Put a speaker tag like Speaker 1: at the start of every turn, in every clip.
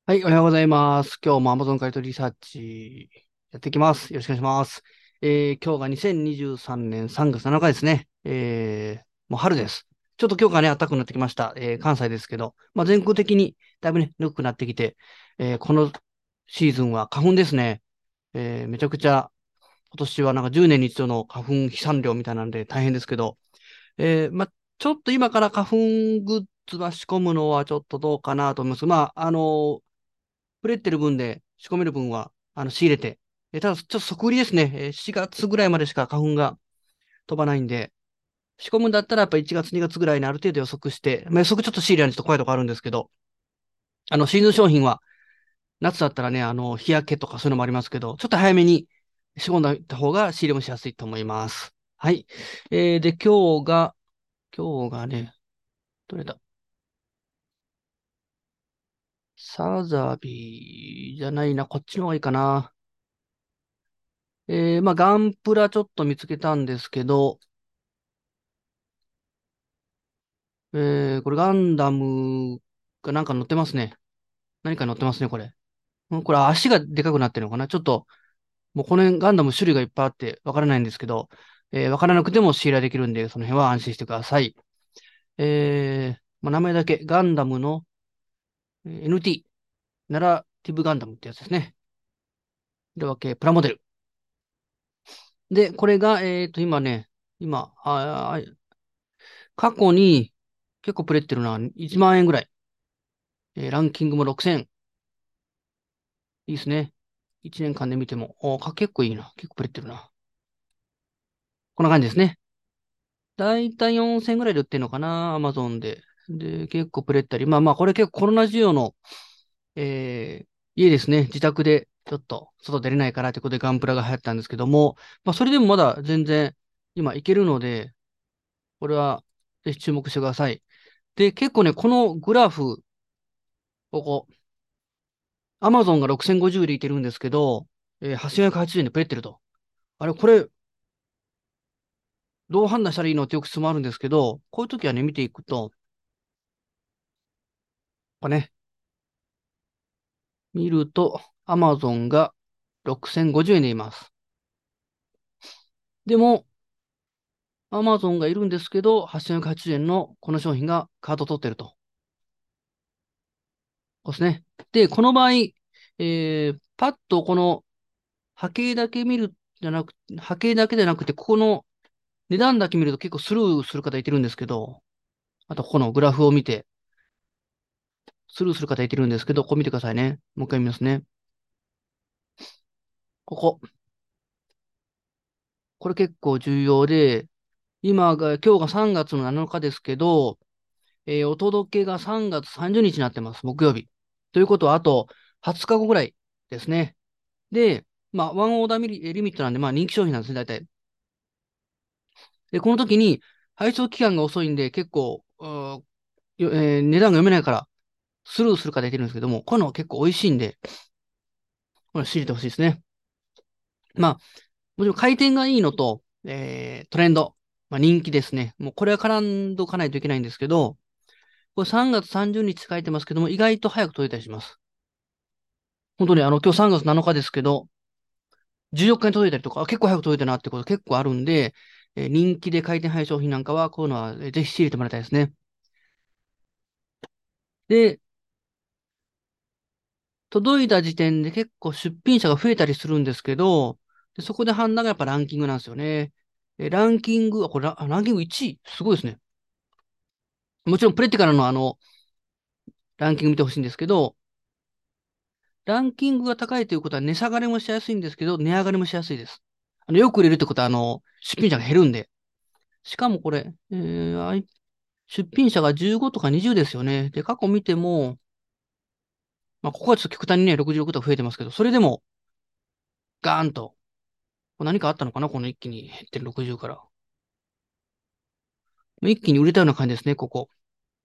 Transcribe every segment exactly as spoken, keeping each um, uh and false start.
Speaker 1: はい、おはようございます。今日も Amazon 買取リサーチやっていきます。よろしくお願いします。えー今日がにせんにじゅうさんねんさんがつなのかですね。えーもう春です。ちょっと今日がね、暖かくなってきました。えー関西ですけど、まあ、全国的にだいぶね、ぬくくなってきて、えーこのシーズンは花粉ですね。えーめちゃくちゃ今年はなんかじゅうねんに一度の花粉飛散量みたいなんで大変ですけど、えーまあ、ちょっと今から花粉グッズは仕込むのはちょっとどうかなと思います。まあ、あのプレってる分で仕込める分は、あの、仕入れて。えただ、ちょっと即売りですね。えーしがつぐらいまでしか花粉が飛ばないんで、仕込むんだったらやっぱいちがつ、にがつぐらいにある程度予測して、まあ、予測ちょっと仕入れはちょっと怖いとこあるんですけど、あの、シーズン商品は、夏だったらね、あの、日焼けとかそういうのもありますけど、ちょっと早めに仕込んだ方が仕入れもしやすいと思います。はい。えーで、今日が、今日がね、どれだサザビーじゃないな、こっちの方がいいかな。えー、まあ、ガンプラちょっと見つけたんですけど、えー、これガンダムがなんか乗ってますね。何か乗ってますね、これ。んこれ足がでかくなってるのかなちょっと、もうこの辺ガンダム種類がいっぱいあってわからないんですけど、えーわからなくても仕入れできるんで、その辺は安心してください。えー、まあ、名前だけ、ガンダムのえー エヌティー、ナラティブガンダムってやつですね。色分け、プラモデル。で、これが、えっと、今ね、今、ああ過去に結構プレってるな、いちまん円ぐらい。えーランキングもろくせん。いいですね。いちねんかんで見ても、おか、結構いいな。結構プレってるな。こんな感じですね。だいたいよんせんぐらいで売ってるのかな、アマゾンで。で、結構プレったり。まあまあ、これ結構コロナ需要の、えー家ですね。自宅でちょっと外出れないからということでガンプラが流行ったんですけども、まあそれでもまだ全然今いけるので、これはぜひ注目してください。で、結構ね、このグラフ、ここ、アマゾンがろくせんごじゅうでいけるんですけど、えー、はっせんよんひゃくはちじゅうえんでプレってると。あれ、これ、どう判断したらいいのってよく質問あるんですけど、こういう時はね、見ていくと、これね、見ると、Amazon がろくせんごじゅうえんでいます。でも、Amazon がいるんですけど、はっせんよんひゃくはちじゅうえんのこの商品がカード取ってると。こうですね。で、この場合、えー、パッとこの波形だけ見るじゃなく、波形だけじゃなくて、ここの値段だけ見ると結構スルーする方いてるんですけど、あとここのグラフを見て、スルーする方いてるんですけど、ここ見てくださいね。もう一回見ますね。ここ。これ結構重要で、今が、今日がさんがつのなのかですけど、えーお届けがさんがつさんじゅうにちにちになってます。木曜日。ということは、あとはつかごぐらいですね。で、まあ、ワンオーダーミリリミットなんで、まあ、人気商品なんですね、大体。で、この時に、配送期間が遅いんで、結構、うーよえー値段が読めないから、スルーする方出てるんですけども、こういうの結構美味しいんで、これ知れてほしいですね。まあ、もちろん回転がいいのと、えートレンド、まあ、人気ですね。もうこれは絡んどかないといけないんですけど、これさんがつさんじゅうにちって書いてますけども、意外と早く届いたりします。本当にあの、今日さんがつなのかですけど、じゅうよっかに届いたりとか、あ結構早く届いたなってこと結構あるんで、えー人気で回転配商品なんかは、こういうのは、えーぜひ仕入れてもらいたいですね。で、届いた時点で結構出品者が増えたりするんですけど、でそこで判断がやっぱランキングなんですよね。えーランキング、あ、これラ、ランキングいちい。すごいですね。もちろんプレティカルのあの、ランキング見てほしいんですけど、ランキングが高いということは値下がりもしやすいんですけど、値上がりもしやすいです。あの、よく売れるってことは、あの、出品者が減るんで。しかもこれ、えー、あい出品者がじゅうごとかにじゅうですよね。で、過去見ても、まあ、ここはちょっと極端にね、ろくじゅうろくとか増えてますけど、それでも、ガーンと、これ何かあったのかなこの一気に減ってるろくじゅうから。一気に売れたような感じですね、ここ。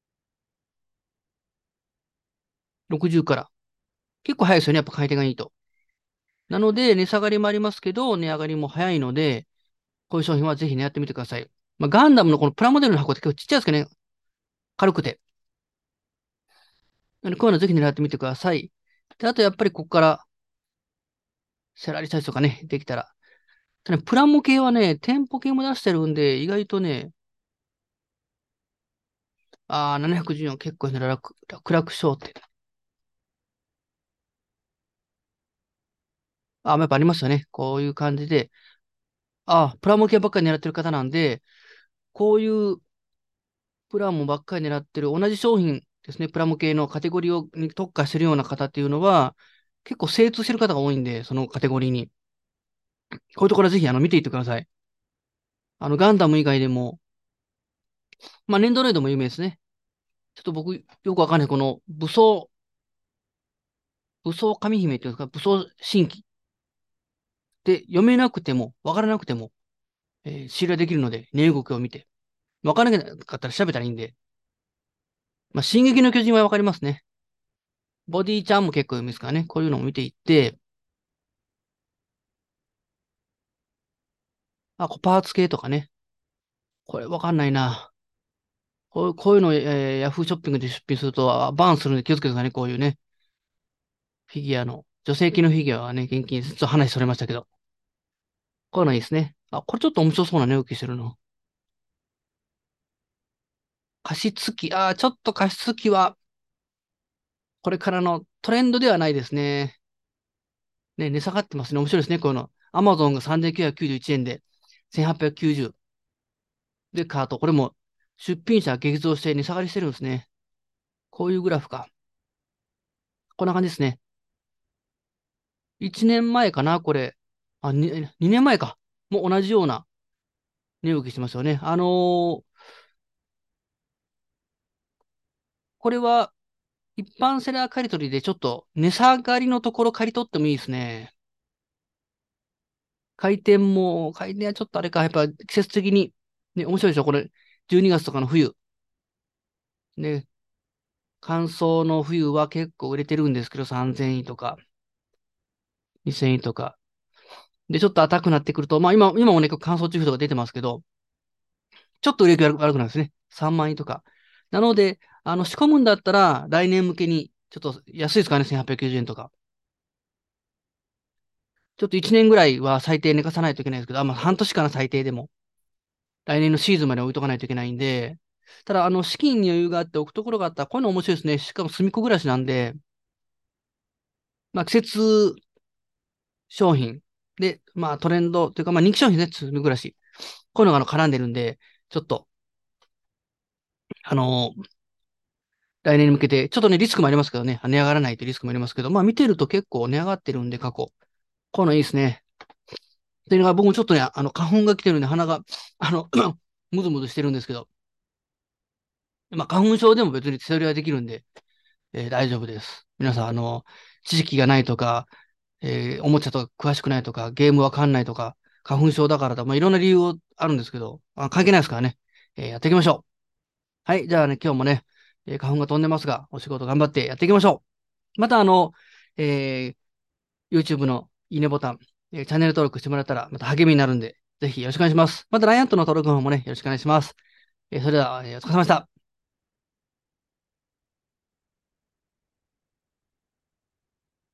Speaker 1: ろくじゅうから。結構早いですよね、やっぱ買い手がいいと。なので、値下がりもありますけど、値上がりも早いので、こういう商品はぜひ狙ってみてください。まあ、ガンダムのこのプラモデルの箱って結構ちっちゃいですけどね、軽くて。なのでこういうのぜひ狙ってみてください。 で、あとやっぱりここからセラリサイズとかね、できたら。ただねプラモ系はね、店舗系も出してるんで、意外とね、ああ、ななひゃくじゅうよん結構ね、楽、楽々商店。ああ、やっぱありますよね。こういう感じで。ああ、プラモ系ばっかり狙ってる方なんで、こういうプラモばっかり狙ってる同じ商品ですね、プラモ系のカテゴリーをに特化してるような方っていうのは、結構精通してる方が多いんで、そのカテゴリーに。こういうところはぜひあの見ていってください。あの、ガンダム以外でも、まあ、ネンドロイドも有名ですね。ちょっと僕、よくわかんない、この武装、武装紙姫っていうんですか、武装新規で読めなくても、わからなくても、えー知りできるので、値動きを見て。わからなかったら調べたらいいんで、まあ、進撃の巨人はわかりますね。ボディちゃんも結構読みですからね。こういうのを見ていって、あ、こうパーツ系とかね。これわかんないな。こうこういうのを、えーヤフーショッピングで出品すると、あバーンするんで気をつけてくださいね。こういうね、フィギュアの、女性系のフィギュアはね、現金、ちょっと話それましたけど、こういうのいいですね。あ、これちょっと面白そうな値動きしてるの。加湿器、あー、ちょっと加湿器は、これからのトレンドではないですね。ね、値下がってますね。面白いですね。こういうの。アマゾンがさんぜんきゅうひゃくきゅうじゅういちえんで、せんはっぴゃくきゅうじゅうでカート。これも出品者が激増して値下がりしてるんですね。こういうグラフか。こんな感じですね。いちねんまえかな、これ。あ、に、にねんまえか。もう同じような値動きしてますよね。あのーこれは一般セラー借り取りでちょっと値下がりのところ借り取ってもいいですね。回転も、回転はちょっとあれか、やっぱ季節的に、ね、面白いでしょ、これ。じゅうにがつとかの冬。ね、乾燥の冬は結構売れてるんですけど、さんぜんえんとか、にせんえんとか。で、ちょっと暖かくなってくると、まあ今、今もね、乾燥注意報とか出てますけど、ちょっと売れ行き悪くなるんですね。さんまん円とか。なので、あの、仕込むんだったら、来年向けに、ちょっと安いですかね、せんはっぴゃくきゅうじゅうえんとか。ちょっといちねんぐらいは最低寝かさないといけないですけど、あ、まあ半年かな、最低でも。来年のシーズンまで置いとかないといけないんで、ただ、あの、資金に余裕があって置くところがあったら、こういうの面白いですね。しかも隅っこ暮らしなんで、まあ、季節商品で、まあ、トレンドというか、まあ、人気商品ね、隅っこ暮らし。こういうのがあの絡んでるんで、ちょっと、あのー来年に向けて、ちょっとね、リスクもありますけどね、値上がらないというリスクもありますけど、まあ、見てると結構値上がってるんで、過去。こういうのいいですね。っていうのが、僕もちょっとね、あの、花粉が来てるんで、鼻が、あの、ムズムズしてるんですけど、まあ、花粉症でも別に手取りはできるんで、えー大丈夫です。皆さん、あの、知識がないとか、えーおもちゃとか詳しくないとか、ゲームわかんないとか、花粉症だからとか、まあ、いろんな理由あるんですけど、あ、関係ないですからね。えーやっていきましょう。はい。じゃあね、今日もね、えー花粉が飛んでますが、お仕事頑張ってやっていきましょう。また、あの、えー YouTube のいいねボタン、えーチャンネル登録してもらったら、また励みになるんで、ぜひよろしくお願いします。また、ライアントの登録の方もね、よろしくお願いします。えーそれでは、えーお疲れ様でした。